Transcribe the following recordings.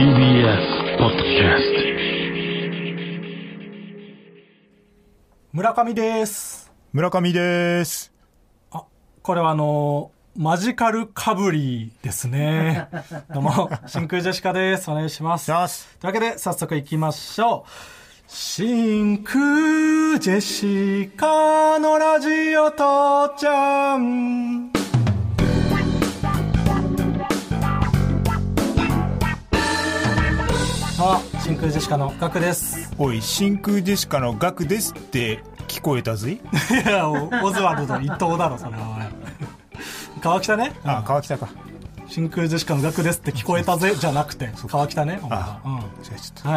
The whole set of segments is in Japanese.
TBS ポッドキャスト。 村上です。 村上です。 あ、これはマジカルかぶりですね。どうも真空ジェシカです。お願いします。というわけで早速いきましょう。真空ジェシカのラジオ父ちゃん。真空ジェシカのガクです。 おい、真空ジェシカのガクですって聞こえたぜ。 いや、オズワルド伊藤だろそれは。川北ね。 あ、川北か。 真空ジェシカのガクですって聞こえたぜじゃなくて川北ね。はい、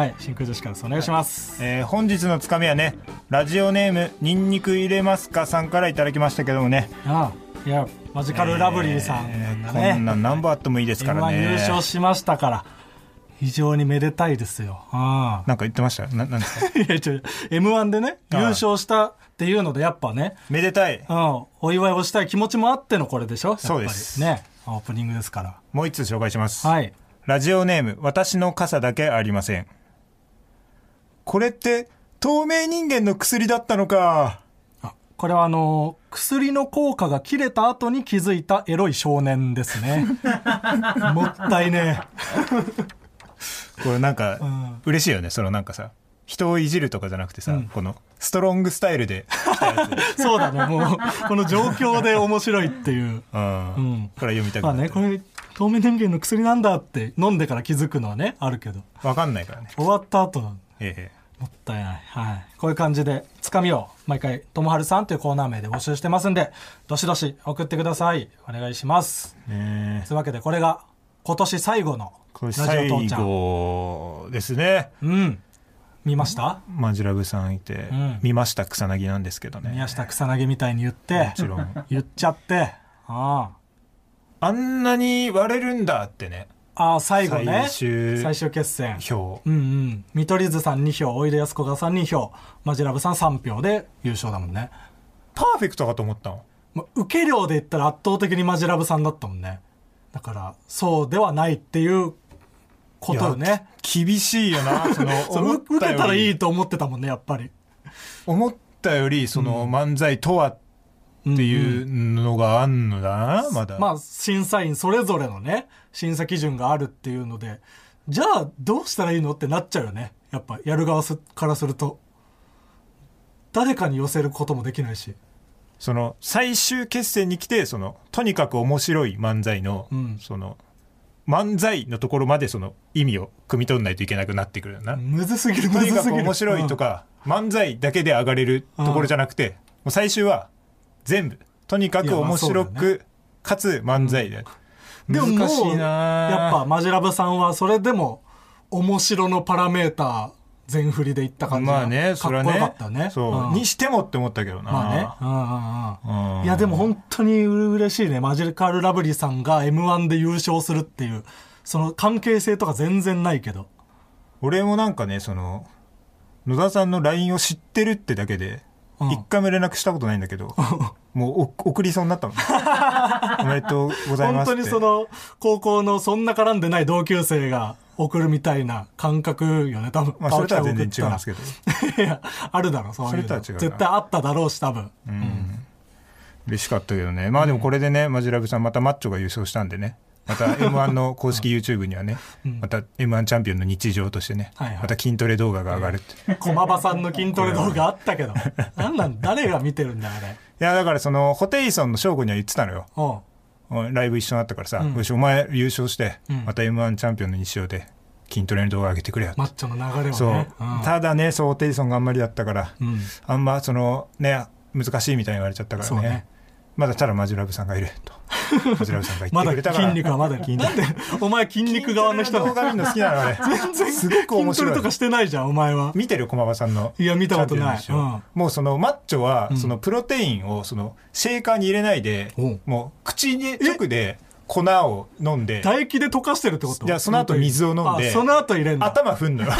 真空ジェシカです。お願いします。 本日のつかみはね、ラジオネームニンニク入れますかさんからいただきましたけどもね。 いや、マジカルラブリーさんがね、 こんなん何本あってもいいですからね。 今優勝しましたから非常にめでたいですよ。 なんか言ってました？なんですか？ いや、M1 でね、優勝したっていうので、やっぱね、 めでたい。 お祝いをしたい気持ちもあってのこれでしょ？やっぱりそうです。 ね、オープニングですから。 もう一つ紹介します。 はい。 ラジオネーム、私の傘だけありません。これって、透明人間の薬だったのか。 これは薬の効果が切れた後に気づいたエロい少年ですね。もったいねえ。 これなんか、嬉しいよね。そのなんかさ、人をいじるとかじゃなくてさ、このストロングスタイルで来たやつ。 そうだね。もうこの状況で面白いっていう。 これ読みたくなった。 ね、これ透明人間の薬なんだって飲んでから気づくのはねあるけど。 わかんないからね。 終わった後なんで。もったいない。はい。こういう感じでつかみを毎回ともはるさんというコーナー名で募集してますんで、どしどし送ってください。お願いします。というわけでこれが今年最後のラジオ父ちゃん。 最後ですね。 見ました？ マジラブさんいて、見ました草薙なんですけどね。 見ました草薙みたいに言って、 もちろん言っちゃって、あんなに割れるんだってね。 最後ね、最終決戦票、 見取り図さん2票、おいでやすこがさん2票、マジラブさん3票で優勝だもんね。 パーフェクトかと思ったの。 受け量で言ったら圧倒的にマジラブさんだったもんね。だからそうではないっていうことよね。 厳しいよな。 受けたらいいと思ってたもんね、やっぱり。 思ったよりその漫才とはっていうのがあんのだな、まだ。 審査員それぞれのね、審査基準があるっていうので、じゃあどうしたらいいのってなっちゃうよね。やっぱやる側からすると。誰かに寄せることもできないし。 その最終決戦に来て、とにかく面白い漫才の、漫才のところまでその意味を汲み取んないといけなくなってくるよな。 むずすぎる。 とにかく面白いとか、漫才だけで上がれるところじゃなくて、もう最終は全部とにかく面白く、かつ漫才で、 でも難しいな。 やっぱマジラブさんはそれでも面白のパラメーター全振りでいった感じがかっこよかったね。 にしてもって思ったけどな。 いやでも本当に嬉しいね。マジカルラブリーさんが M1 で優勝するっていう、その関係性とか全然ないけど、 俺もなんかね、野田さんの LINE を知ってるってだけで一回も連絡したことないんだけど、もう送りそうになったもん。おめでとうございますって。 本当に高校のそんな絡んでない同級生が送るみたいな感覚よね、多分。 それとは全然違うんですけど。 いや、あるだろ、そういうの。 それとは違う。 絶対あっただろうし、多分。 嬉しかったけどね。でもこれでね、マジラブさんまたマッチョが優勝したんでね。また M1 の公式 YouTube にはね、また M1 チャンピオンの日常としてね、また筋トレ動画が上がるって。 駒場さんの筋トレ動画あったけど、誰が見てるんだあれ。いやだからホテイソンの翔吾には言ってたのよ。ライブ一緒になったからさ、よしお前優勝して、また M1 チャンピオンの日常で筋トレの動画上げてくれよ。 マッチョの流れをね。 そう。ただね、ホテイソンがあんまりだったから、あんまね、難しいみたいに言われちゃったからね。まだただマジラブさんがいると。マジラブさんが言ってくれたから。 まだ筋肉はまだ。なんでお前筋肉側の人動画見るの好きなのあれ。 全然すごく面白い。筋トレとかしてないじゃんお前は。 見てる駒場さんの。 いや見たことない。 もうマッチョはプロテインをシェーカーに入れないで、もう口に直で粉を飲んで。 唾液で溶かしてるってこと？ じゃあその後水を飲んで。 その後入れんの。 頭振んのよ。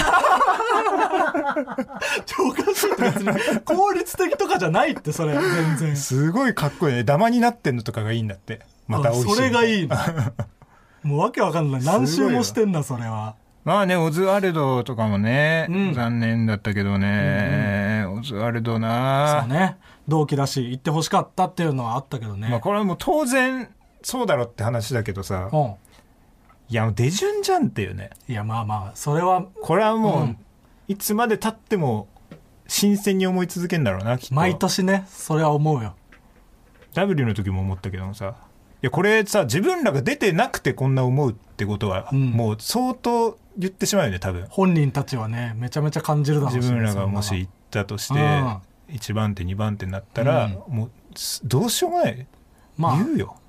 おかしいって別に効率的とかじゃないってそれ全然すごいかっこいいね。ダマになってんのとかがいいんだって。また美味しい。 それがいいの。もうわけわかんない。何周もしてんなそれは。 まあね、オズワルドとかもね、残念だったけどね、オズワルドな。 そうね。同期だし、行ってほしかったっていうのはあったけどね。 まあこれはもう当然、そうだろって話だけどさ、いや、出順じゃんっていうね。 いや、まあまあ、それは。 これはもう、いつまで経っても、新鮮に思い続けるんだろうな、きっと。 毎年ね、それは思うよ。 W の時も思ったけどもさ、いやこれさ、自分らが出てなくてこんな思うってことは、もう相当言ってしまうよね、多分。 本人たちはね、めちゃめちゃ感じるだろうし、 自分らがもし行ったとして、1番手2番手になったら、もうどうしようもない、言うよ、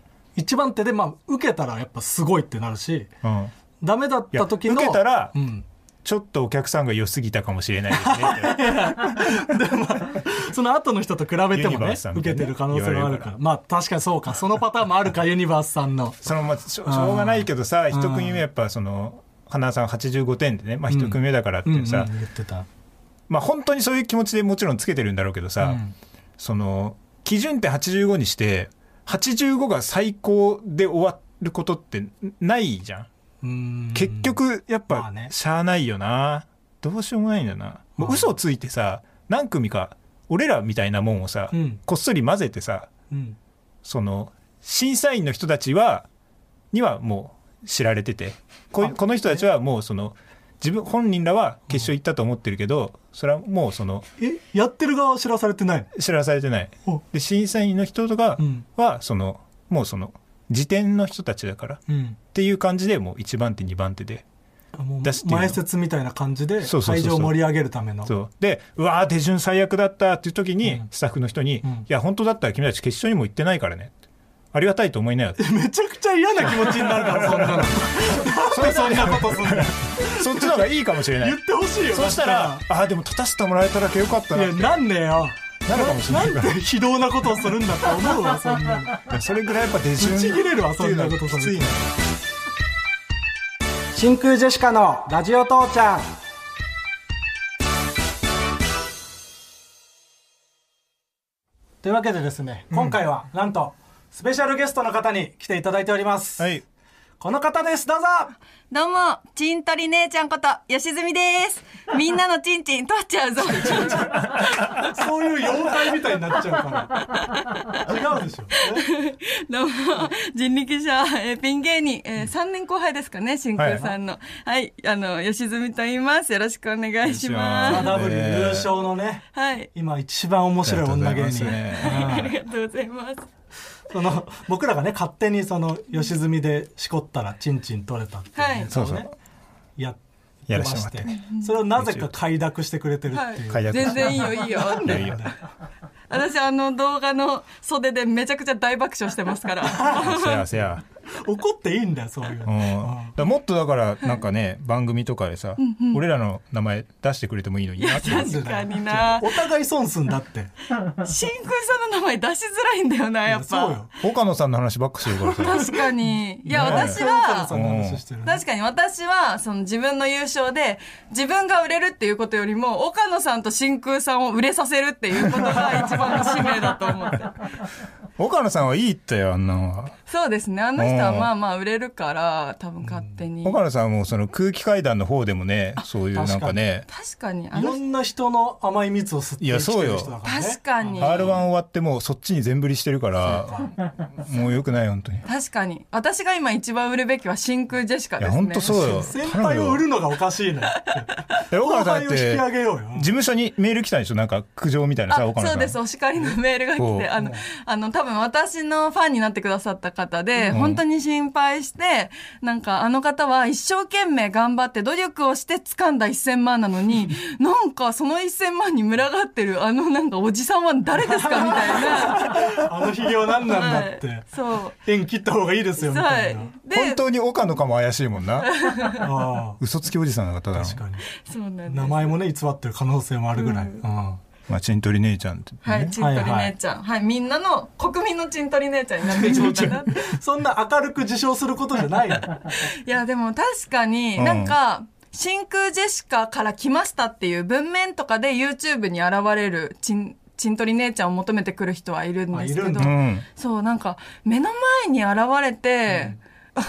1番手で、受けたらやっぱすごいってなるし、ダメだった時の受けたら、ちょっとお客さんが良すぎたかもしれないですね。 でもその後の人と比べてもね、受けてる可能性があるから。まあ確かにそうか、そのパターンもあるか、ユニバースさんの。 しょうがないけどさ、一組目やっぱその、花さん85点でね、一組目だからってさ、 言ってた。 本当にそういう気持ちでもちろんつけてるんだろうけどさ、その、基準点85にして、85が最高で終わることってないじゃん。結局やっぱしゃあないよな、どうしようもないんだよな。もう嘘をついてさ、何組か俺らみたいなもんをさ、こっそり混ぜてさ、その審査員の人たちにはもう知られてて、この人たちはもうその本人らは決勝行ったと思ってるけど、それはもうそのやってる側は知らされてない。 知らされてない。で審査員の人とかはそのもうその時点の人たちだから、っていう感じでもう1番手2番手で出して前説みたいな感じで会場を盛り上げるための。 そうで、うわー手順最悪だったっていう時に、スタッフの人に、いや本当だったら君たち決勝にも行ってないからね、ありがたいと思いなよ。 めちゃくちゃ嫌な気持ちになるからそんなのそんなことすんだそっちの方がいいかもしれない。 言ってほしいよ。 そしたらでも立たせてもらえただけよかったなって。 いやなんねよ、 なるかもしれない。 なんで非道なことをするんだって思うわ、そんなの。 それぐらいやっぱ出順ぶち切れるわ、そんなことする。真空ジェシカのラジオ父ちゃん。というわけでですね、今回はなんとスペシャルゲストの方に来ていただいております。 はい。 この方です、どうぞ。 どうも、ちんとり姉ちゃんこと吉住です。みんなのちんちん取っちゃうぞ。 そういう妖怪みたいになっちゃうから違うでしょ。 どうも、人力車、ピン芸人、3年後輩ですかね、真空さんの。はい、吉住と言います。よろしくお願いします。 W 優勝のね、はい、今一番面白い女芸人。 ありがとうございます。 僕らがね、勝手に吉住でしこったらチンチン取れたっていう、 はい、そうそうやらせてもらって、それをなぜか快諾してくれてるっていう、 はい、全然いいよいいよ私動画の袖でめちゃくちゃ大爆笑してますからせや怒っていいんだよ、そういうの。もっとだからなんかね、番組とかでさ、俺らの名前出してくれてもいいのになって。 確かにな、 お互い損すんだって。 真空さんの名前出しづらいんだよな、やっぱ。 そうよ、 岡野さんの話ばっかしてるからさ。 確かに。いや、私は確かに私は自分の優勝で自分が売れるっていうことよりも岡野さんと真空さんを売れさせるっていうことが一番の使命だと思って。 岡野さんはいいってよ、あんなのは。 そうですね、あの人はまあまあ売れるから多分勝手に。 岡野さんもその空気階段の方でもね、そういうなんかね、 確かにいろんな人の甘い蜜を吸ってきてる人だからね。 確かに R1 終わってもうそっちに全振りしてるからもうよくない、本当に。 確かに私が今一番売るべきは真空ジェシカですね。 いや本当そうよ。 先輩を売るのがおかしいのよ。 岡野さんって後輩を引き上げようよ。 事務所にメール来たんでしょ、なんか苦情みたいなさ。岡野さんそうです、お叱りのメールが来て、多分私のファンになってくださった方で、本当に心配して、なんかあの方は一生懸命頑張って努力をして掴んだ1000万なのに、なんかその1000万に群がってるなんかおじさんは誰ですかみたいな。 あのひげは何なんだって、はい、そう縁切った方がいいですよみたいな、はい、 本当に岡野かも怪しいもんな。嘘つきおじさんの方だろ。 確かに。 そうなんです。 名前もね偽ってる可能性もあるぐらい、 まあ、チントリ姉ちゃんって、ね、 はい、チントリ姉ちゃん、はい、みんなの国民のチントリ姉ちゃんになっていこうかな。 そんな明るく自称することじゃないの。いやでも確かになんか、真空ジェシカから来ましたっていう文面とかで YouTube に現れるチントリ姉ちゃんを求めてくる人はいるんですけど、そうなんか目の前に現れて、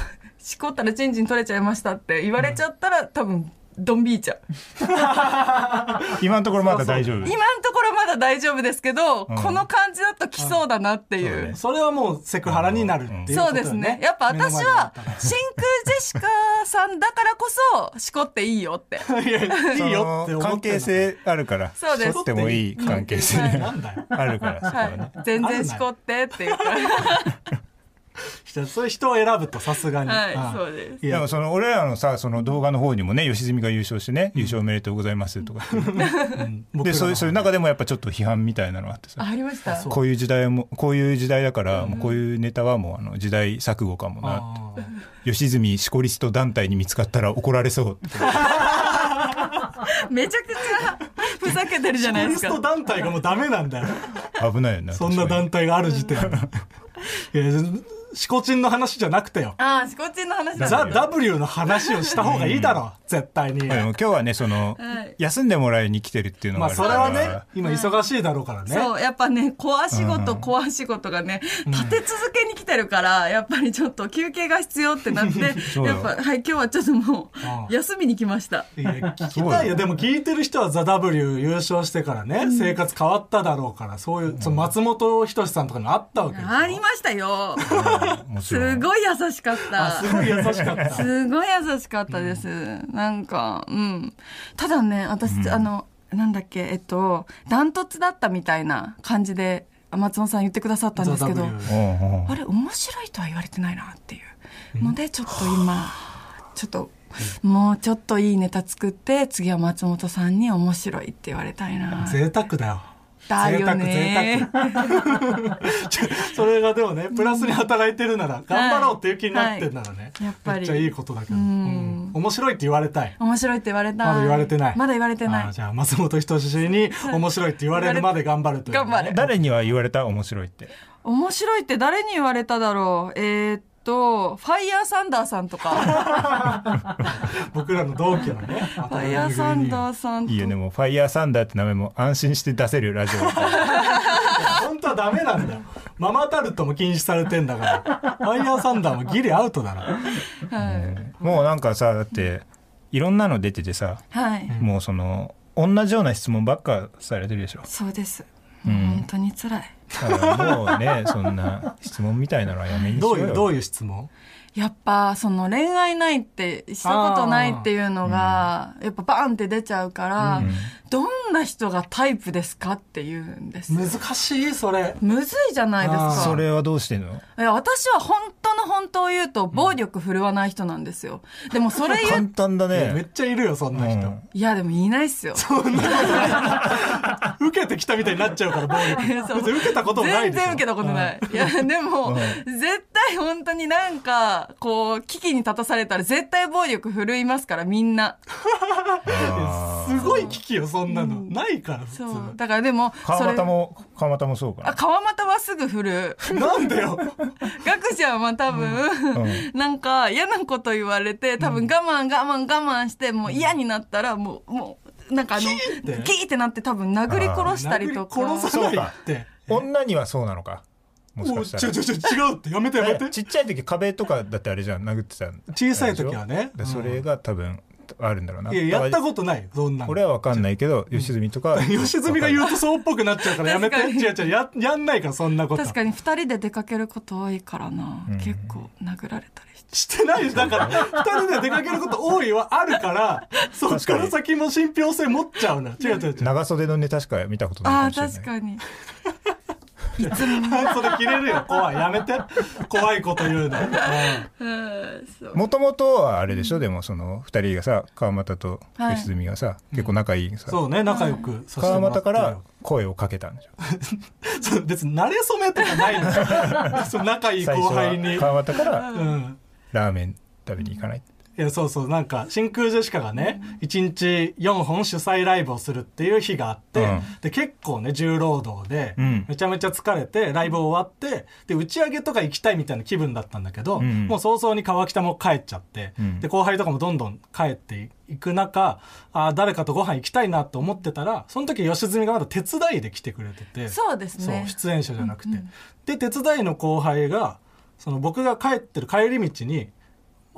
しこったらチンチン取れちゃいましたって言われちゃったら、多分ドン引いちゃう。 今のところまだ大丈夫。 今のところまだ大丈夫ですけど、この感じだと来そうだなっていう。 それはもうセクハラになるっていうことよね。 そうですね。やっぱ私は真空ジェシカさんだからこそしこっていいよって。 いやいいよって思って関係性あるから。 そうです。 しこってもいい関係性あるから、そこはね。 全然しこってっていうから。 そういう人を選ぶとさすがに。 はい、そうです。 でもその俺らのさ、その動画の方にもね、吉住が優勝してね、優勝おめでとうございますとか。で、そういう中でもやっぱちょっと批判みたいなのがあってさ。 ありました。 こういう時代だから、もうこういうネタはもう時代錯誤かもなって。吉住シコリスト団体に見つかったら怒られそうって。 めちゃくちゃふざけてるじゃないですか。 シコリスト団体がもうダメなんだよ。 危ないよね。 そんな団体がある時点で。シコチンの話じゃなくてよ。 ああ、シコチンの話だ。 ザ・ W の話をした方がいいだろう、絶対に。 でも今日はね、休んでもらいに来てるっていうのがあるから。 まあそれはね、今忙しいだろうからね。 そう、やっぱね、小足仕事がね、立て続けに来てるから、やっぱりちょっと休憩が必要ってなって、やっぱ、はい、今日はちょっともう、休みに来ました。 いや、聞きたいよ。でも聞いてる人はザ・ W 優勝してからね、生活変わっただろうから、そういう、松本人志さんとかにあったわけですよ。 ありましたよ。すごい優しかった。 すごい優しかった。 すごい優しかったです。なんか、ただね、私、なんだっけ、ダントツだったみたいな感じで、松本さん言ってくださったんですけど、あれ、面白いとは言われてないなっていうので、ちょっと今、もうちょっといいネタ作って、次は松本さんに面白いって言われたいな。 贅沢だよ。 だよね。 贅沢。それがでもね、プラスに働いてるなら、頑張ろうっていう気になってんならね、 やっぱりめっちゃいいことだけど、面白いって言われたい。 面白いって言われたい。 まだ言われてない。 まだ言われてない。 じゃあ松本人志に面白いって言われるまで頑張るという。 頑張る。 誰には言われた面白いって。 面白いって誰に言われただろう。ファイヤーサンダーさんとか僕らの同期のね、 ファイヤーサンダーさんといいよね。もうファイヤーサンダーって名前も安心して出せるラジオ本当はダメなんだよ。ママタルトも禁止されてんだからファイヤーサンダーもギリアウトだな、 もうなんかさ、だっていろんなの出ててさ、もうその同じような質問ばっかされてるでしょ。 そうです。本当に辛い。 だからもうね、そんな質問みたいなのはやめにしようよ。 どういう質問？ やっぱその恋愛ないってしたことないっていうのがやっぱバーンって出ちゃうから、どんな人がタイプですかって言うんです。 難しい。それむずいじゃないですか。 それはどうしてんの？ いや、私は本当を言うと暴力振るわない人なんですよ。でもそれ簡単だね。 めっちゃいるよそんな人。 いやでもいないっすよ。 そんなこと受けてきたみたいになっちゃうから暴力。別に受けたこともないでしょ。 全然受けたことない。いやでも絶対本当になんかこう危機に立たされたら絶対暴力振るいますからみんな。 すごい危機よそんなの、ないから普通。 そうだからでも川又もそうかな。 川又はすぐ振る。 なんでよ。 ガクちゃんは多分、なんか嫌なこと言われて多分我慢してもう嫌になったらもうなんかギーってなって多分殴り殺したりとか。 殺さないって。 女にはそうなのか。もしかしたら違うってやめてちっちゃい時壁とかだってあれじゃん殴ってた。 小さい時はね。 それが多分あるんだろうな。 いや、やったことないよそんなの。 俺は分かんないけど吉住とか吉住が言うとそうっぽくなっちゃうからやめて。違うやんないからそんなこと。 確かに2人で出かけること多いからな、結構殴られたりしてないです。だから2人で出かけること多いはあるからそっから先も信憑性持っちゃうな。違う長袖のネタしか見たことないかもしれない。 確かに半袖着れるよ。怖い。やめて。怖いこと言うの。 もともとはあれでしょ。でもその2人がさ、川又と吉住がさ、結構仲いいさ。 そうね、仲良く。 川又から声をかけたんでしょ。 そう別に慣れ初めとかないの。そう仲いい後輩に。 川又からラーメン食べに行かない。 いやそうなんか真空ジェシカがね1日4本主催ライブをするっていう日があって、で結構ね重労働でめちゃめちゃ疲れてライブ終わってで打ち上げとか行きたいみたいな気分だったんだけど、もう早々に川北も帰っちゃって、で後輩とかもどんどん帰っていく中、誰かとご飯行きたいなと思ってたらその時吉住がまだ手伝いで来てくれてて。 そうですね。 そう出演者じゃなくて、で手伝いの後輩がその僕が帰ってる帰り道に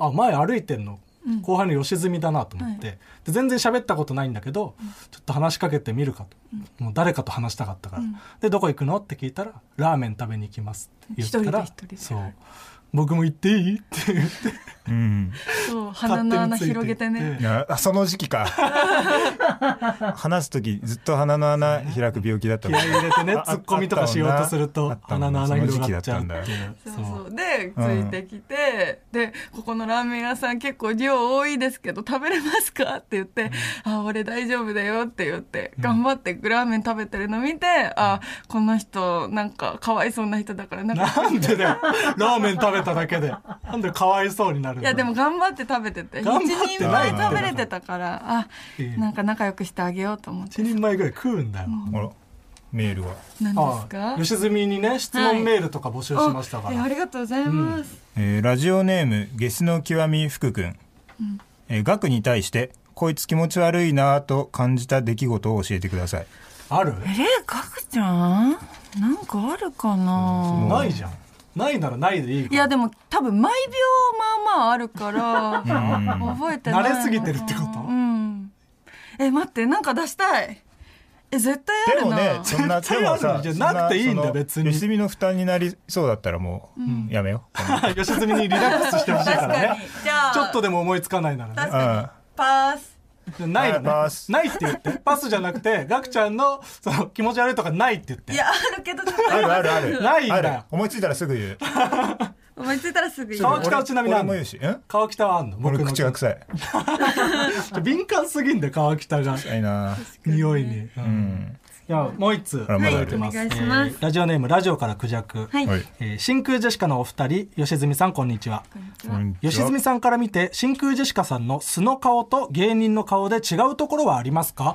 前歩いてんの後輩の吉住だなと思って、で全然喋ったことないんだけど、ちょっと話しかけてみるかと、もう誰かと話したかったから、でどこ行くのって聞いたらラーメン食べに行きますって言ったら、そう僕も行っていいって言って、 そう鼻の穴広げてね。 その時期か話す時ずっと鼻の穴開く病気だった気合い入れてねツッコミとかしようとすると鼻の穴広がっちゃうっていう。 そうでついてきて、でここのラーメン屋さん結構量多いですけど食べれますかって言って、俺大丈夫だよって言って頑張ってラーメン食べてるの見て、この人なんかかわいそうな人だからなんでだよラーメン食べただけでなんでかわいそうになるんだ。 いやでも頑張って食べてて、1人前食べれてたからなんか仲良くしてあげようと思って。 1人前ぐらい食うんだよ。 メールは何ですか？ 吉住にね質問メールとか募集しましたから、 ありがとうございます。 ラジオネームゲスの極み福くん、ガクに対してこいつ気持ち悪いなと感じた出来事を教えてください。 ある？ ガクちゃんなんかあるかな？ ないじゃん。ないならないでいい。 いやでも多分毎秒まあまああるから覚えてない。 慣れすぎてるってこと？ 待ってなんか出したい。絶対あるな。 でもねそんな絶対あるんじゃなくていいんだ別に。 吉住の負担になりそうだったらもうやめよう。吉住にリラックスしてほしいからね。 じゃあちょっとでも思いつかないならね。 確かにパース。 ないのね。ないって言って。パスじゃなくてガクちゃんのその気持ち悪いとかないって言って。 いやあるけどあるないんだよ。 思いついたらすぐ言う。 思いついたらすぐ言う。 川北はちなみにあんの？川北はあんの？ 僕の口が臭い。 敏感すぎんで川北が。 臭いな。 匂いに。いやもう一つ覚えてます。ラジオネームラジオからクジャク。真空ジェシカのお二人、吉住さんこんにちは。吉住さんから見て真空ジェシカさんの素の顔と芸人の顔で違うところはありますか？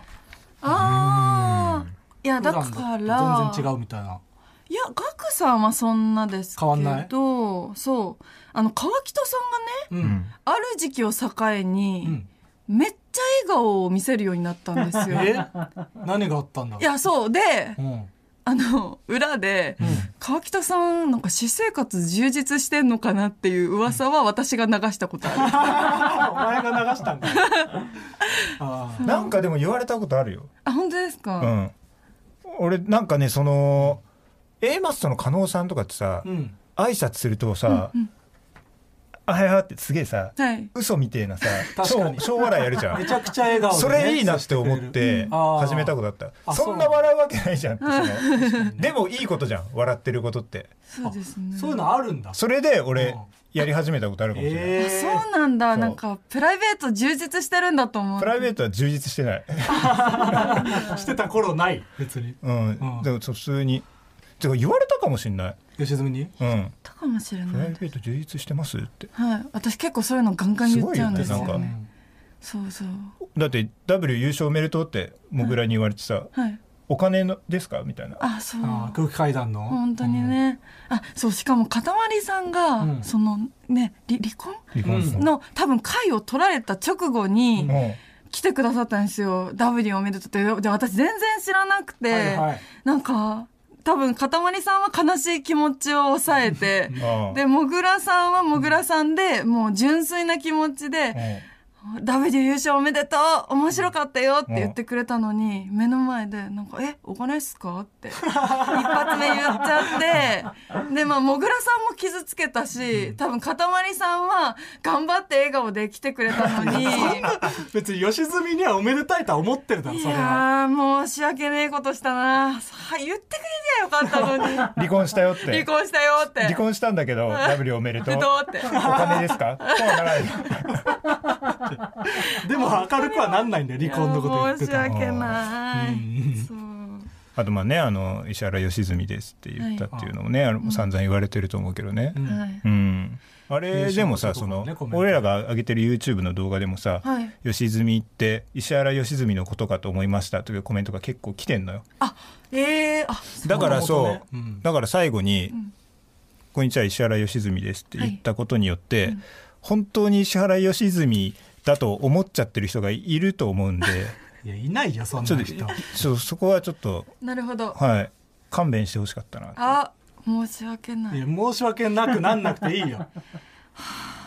いやだから全然違うみたいな。 いやガクさんはそんなですけど、 変わんない？ そう川北さんがね、ある時期を境に、めっちゃ笑顔を見せるようになったんですよ。 何があったんだろう。 いやそうで、裏で、川北さんなんか私生活充実してんのかなっていう噂は私が流したことある。 お前が流したんだ。 なんかでも言われたことあるよ。 本当ですか？ 俺なんかねそのA マッソの加納さんとかってさ、挨拶するとさ、はってすげえさ、嘘みてえなさ、小笑いやるじゃん。 めちゃくちゃ笑顔で、 それいいなって思って始めたことあった。そんな笑うわけないじゃんってでもいいことじゃん笑ってることって。 そうですね。 そういうのあるんだ。 それで俺やり始めたことあるかもしれない。 そうなんだ。なんかプライベート充実してるんだと思う。 プライベートは充実してない。 してた頃ない別に。 でも普通にてか言われたかもしれない。 吉住に？ たかもしれない。 プライベート充実してますって。 私結構そういうのガンガン言っちゃうんですよね。そうだって W 優勝おめでとうってもぐらに言われてさ、お金のですかみたいな。 そう。 空気階段の。 本当にね。そうしかもかたまりさんがそのね離婚の多分回を取られた直後に来てくださったんですよ。W おめでとうって。で私全然知らなくて、なんか。多分かたまりさんは悲しい気持ちを抑えてでもぐらさんはもぐらさんでもう純粋な気持ちでW 優勝おめでとう面白かったよって言ってくれたのに目の前でなんかお金っすかって一発目言っちゃってでもぐらさんも傷つけたし多分かたまりさんは頑張って笑顔で来てくれたのに別に吉住にはおめでたいとは思ってるだろ。それは申し訳ねえことしたな。言ってくれりゃよかったのに。 離婚したよって。離婚したんだけど W おめでとうってお金ですか？そうならないでも明るくはなんないんだよ離婚のこと言ってた。 申し訳ない。 あと石原良純ですって言ったっていうのもね、散々言われてると思うけどね。あれでもさその俺らが上げてる YouTube の動画でもさ、吉住って石原良純のことかと思いましたというコメントが結構来てんのよ。だからだから最後にこんにちは石原良純ですって言ったことによって、本当に石原良純だと思っちゃってる人がいると思うんでいやいないよそんな人。 そこはちょっとなるほど、 勘弁してほしかったな。 申し訳ない。 申し訳なくなんなくていいよ。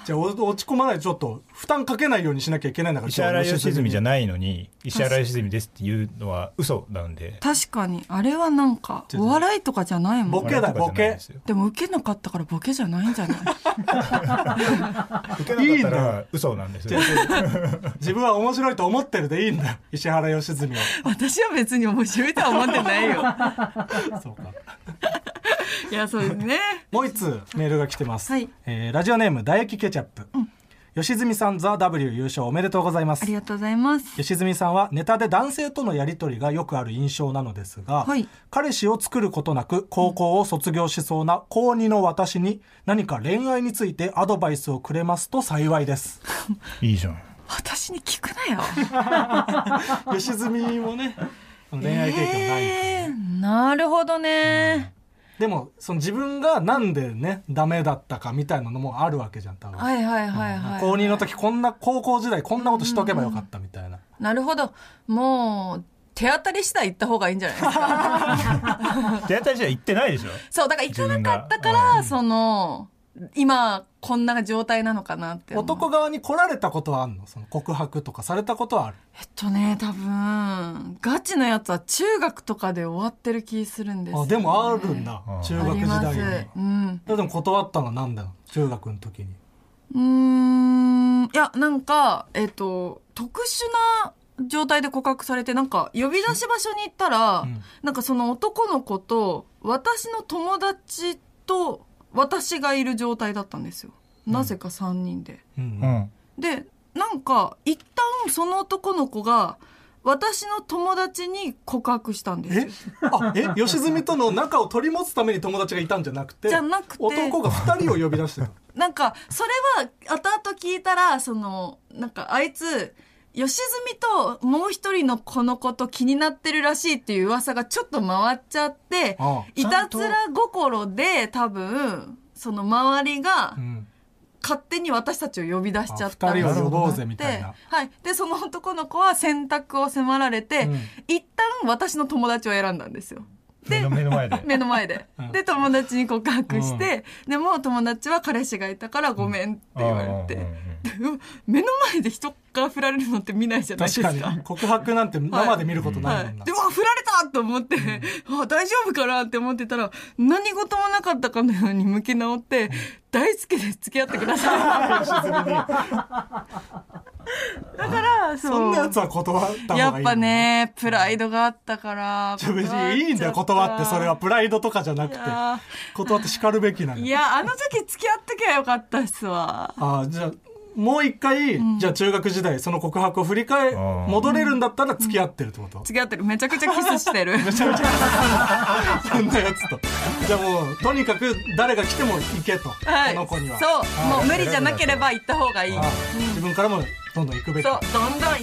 じゃあ落ち込まないでちょっと負担かけないようにしなきゃいけないんだから。 石原良純じゃないのに石原良純ですっていうのは嘘なんで。 確かにあれはなんかお笑いとかじゃないもん。 ボケだボケ。 でも受けなかったからボケじゃないんじゃない？ 受けなかったら嘘なんですよ。 自分は面白いと思ってるでいいんだよ、石原良純は。 私は別に面白いとは思ってないよ。 そうか。 いや、そうですね。 もう一通メールが来てます、 はい。 ラジオネーム唾液ケチャップ、吉住さんザ・ W 優勝おめでとうございます。 ありがとうございます。 吉住さんはネタで男性とのやり取りがよくある印象なのですが、 はい、 彼氏を作ることなく高校を卒業しそうな高2の私に何か恋愛についてアドバイスをくれますと幸いです。 いいじゃん。 私に聞くなよ。吉住もね恋愛経験ないですね。 なるほどね。 でもその自分がなんでねダメだったかみたいなのもあるわけじゃん多分。 はいはいはいはい、 高2の時こんな高校時代こんなことしとけばよかったみたいな、 なるほど。もう手当たり次第行った方がいいんじゃないですか。 手当たり次第行ってないでしょ。 そうだから行かなかったから、その今こんな状態なのかなって。 男側に来られたことはあるの？その告白とかされたことはある？ 多分ガチのやつは中学とかで終わってる気するんですよ、ね。 でもあるんだ、中学時代に。でも断ったのはなんだよ、中学の時に。 いやなんか特殊な状態で告白されて、なんか呼び出し場所に行ったら、なんかその男の子と私の友達と私がいる状態だったんですよ、なぜか3人で、でなんか一旦その男の子が私の友達に告白したんですよ。 吉住との仲を取り持つために友達がいたんじゃなくて、男が2人を呼び出してた。 なんかそれは後々聞いたら、そのなんかあいつ吉住ともう一人のこの子と気になってるらしいっていう噂がちょっと回っちゃって、いたずら心で多分その周りが勝手に私たちを呼び出しちゃったんです。 2人を呼ぼうぜみたいな。 はい。でその男の子は選択を迫られて、一旦私の友達を選んだんですよ。 で目の前で目の前で、で友達に告白して、でも友達は彼氏がいたからごめんって言われて、目の前で人から振られるのって見ないじゃないですか。 確かに告白なんて生で見ることないもんな、 でも振られたと思って、大丈夫かなって思ってたら、何事もなかったかのように向き直って、大好きです付き合ってください。だからそんなやつは断った方がいい。 やっぱねプライドがあったからいいんだよ断って。それはプライドとかじゃなくて断って叱るべきなの。 いやあの時付き合ってきゃよかったっすわ。 じゃあもう一回、じゃあ中学時代その告白を振り返戻れるんだったら付き合ってるってこと？ 付き合ってる。めちゃくちゃキスしてる。 めちゃめちゃそんなやつと。じゃあもうとにかく誰が来ても行けと、この子には。 そうもう無理じゃなければ行った方がいい。 自分からもどんどん行くべき。 そうどんどん行って。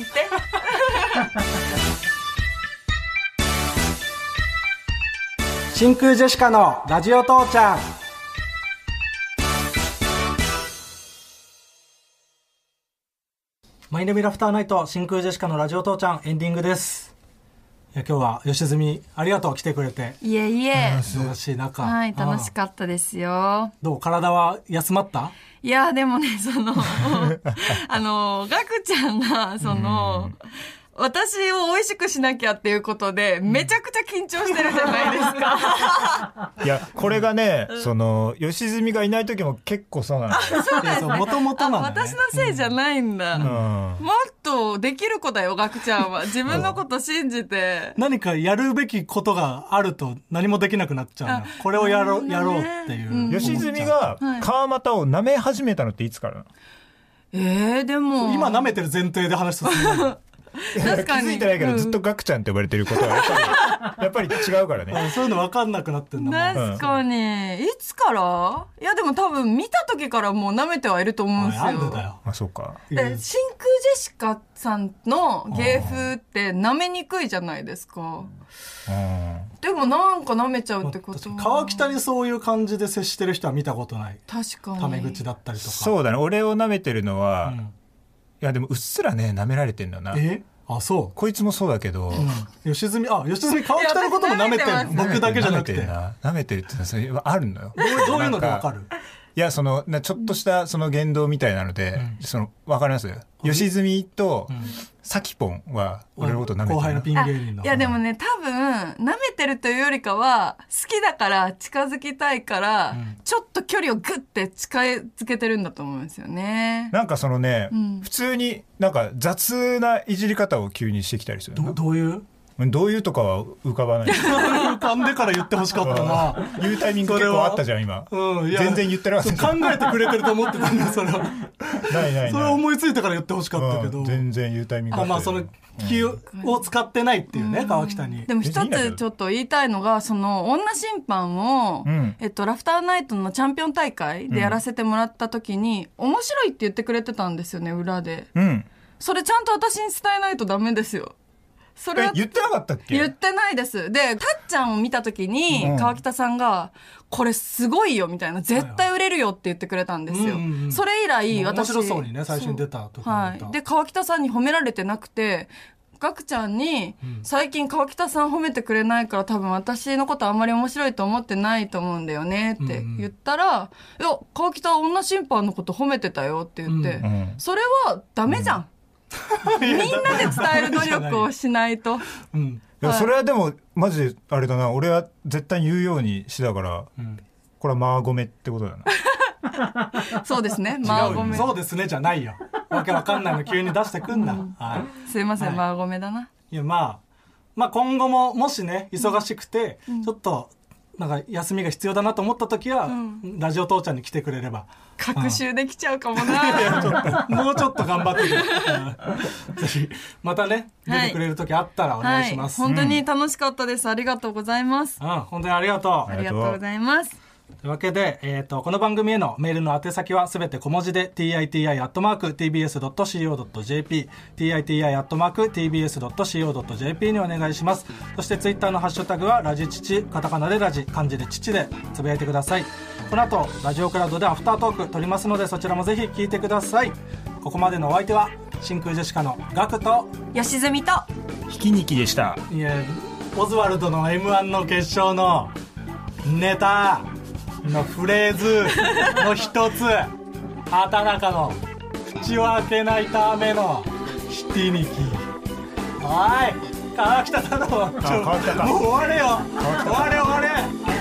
真空ジェシカのラジオ父ちゃん。マイナビラフターナイト真空ジェシカのラジオ父ちゃんエンディングです。いや今日は吉住ありがとう来てくれて。 いえいえ忙しい中、 はい楽しかったですよ。 どう体は休まった？ いやでもねそのガクちゃんがその私を美味しくしなきゃっていうことでめちゃくちゃ緊張してるじゃないですか。 いやこれがね、その吉住がいない時も結構そうなんですよ。 そうなんですね。 もともとなんだね。 私のせいじゃないんだ、もっとできる子だよガクちゃんは。自分のこと信じて何かやるべきことがあると何もできなくなっちゃう。これをやろうっていう、 吉住が川又を舐め始めたのっていつからなの？ でも今舐めてる前提で話すと確かに気づいてないからずっとガクちゃんって呼ばれてることはやっぱり違うからね。 そういうの分かんなくなってんだもん。 確かに。いつから？いやでも多分見た時からもう舐めてはいると思うんですよ。 なんでだよ。 そうか。 真空ジェシカさんの芸風って舐めにくいじゃないですか。でもなんか舐めちゃうってことは。 川北にそういう感じで接してる人は見たことない。 確かに。 タメ口だったりとか。 そうだね。俺を舐めてるのは、いやでもうっすらね舐められてんだな。 そう。 こいつもそうだけど、 吉住川北のことも舐めてる。僕だけじゃなくて舐めてるってそれあるのよ。 どういうのでわかる？ いや、ちょっとしたその言動みたいなので、わかります吉住と、サキポンは俺のこと舐めてる。 後輩のピン芸人の。 いやでもね、多分舐めてるというよりかは好きだから近づきたいから、ちょっと距離をグッて近づけてるんだと思うんですよね。 なんか普通になんか雑ないじり方を急にしてきたりする。 どういうとかは浮かばない。 浮かんでから言ってほしかったな。 言うタイミング結構あったじゃん今。全然言ってなかった。 考えてくれてると思ってたんだそれは。ない。それ思いついてから言ってほしかったけど。 全然言うタイミングあった。 まあその気を使ってないっていうね、川北に。 でも一つちょっと言いたいのが、その女審判をラフターナイトのチャンピオン大会でやらせてもらった時に面白いって言ってくれてたんですよね、裏で。それちゃんと私に伝えないとダメですよ。それ言ってなかったっけ？ 言ってないです。で、たっちゃんを見たときに、川北さんが、これすごいよみたいな、絶対売れるよって言ってくれたんですよ。それ以来、私。 面白そうにね、最初に出た時に。 はい。で、川北さんに褒められてなくて、ガクちゃんに、最近川北さん褒めてくれないから多分私のことあんまり面白いと思ってないと思うんだよねって言ったら、いや、川北は女審判のこと褒めてたよって言って、それはダメじゃん。みんなで伝える努力をしないと。 いや、それはでもマジであれだな、俺は絶対に言うようにしてたから、これはマーゴメってことだな。そうですね、マーゴメ。 そうですねじゃないよ。わけわかんないの急に出してくんな。 すいません、マーゴメだな。 いや、まあ今後ももしね忙しくてちょっとなんか休みが必要だなと思った時は、ラジオ父ちゃんに来てくれれば隔週できちゃうかもな。 もうちょっと頑張ってぜひまたね出てくれる時あったらお願いします。 本当に楽しかったです。ありがとうございます。 本当にありがとう。 ありがとうございます。 というわけで、この番組へのメールの宛先はすべて小文字で titi@tbs.co.jp titi@tbs.co.jp にお願いします。そしてツイッターのハッシュタグはラジチチ、カタカナでラジ、漢字でチチでつぶやいてください。この後ラジオクラウドでアフタートーク撮りますので、そちらもぜひ聞いてください。ここまでのお相手は真空ジェシカのガクと吉住とひき肉でした。 いや、オズワルドの M1 の決勝のネタのフレーズの一つ、畑中の口を開けないためのひき肉。おい、川北さんのもう終われよ、終われ。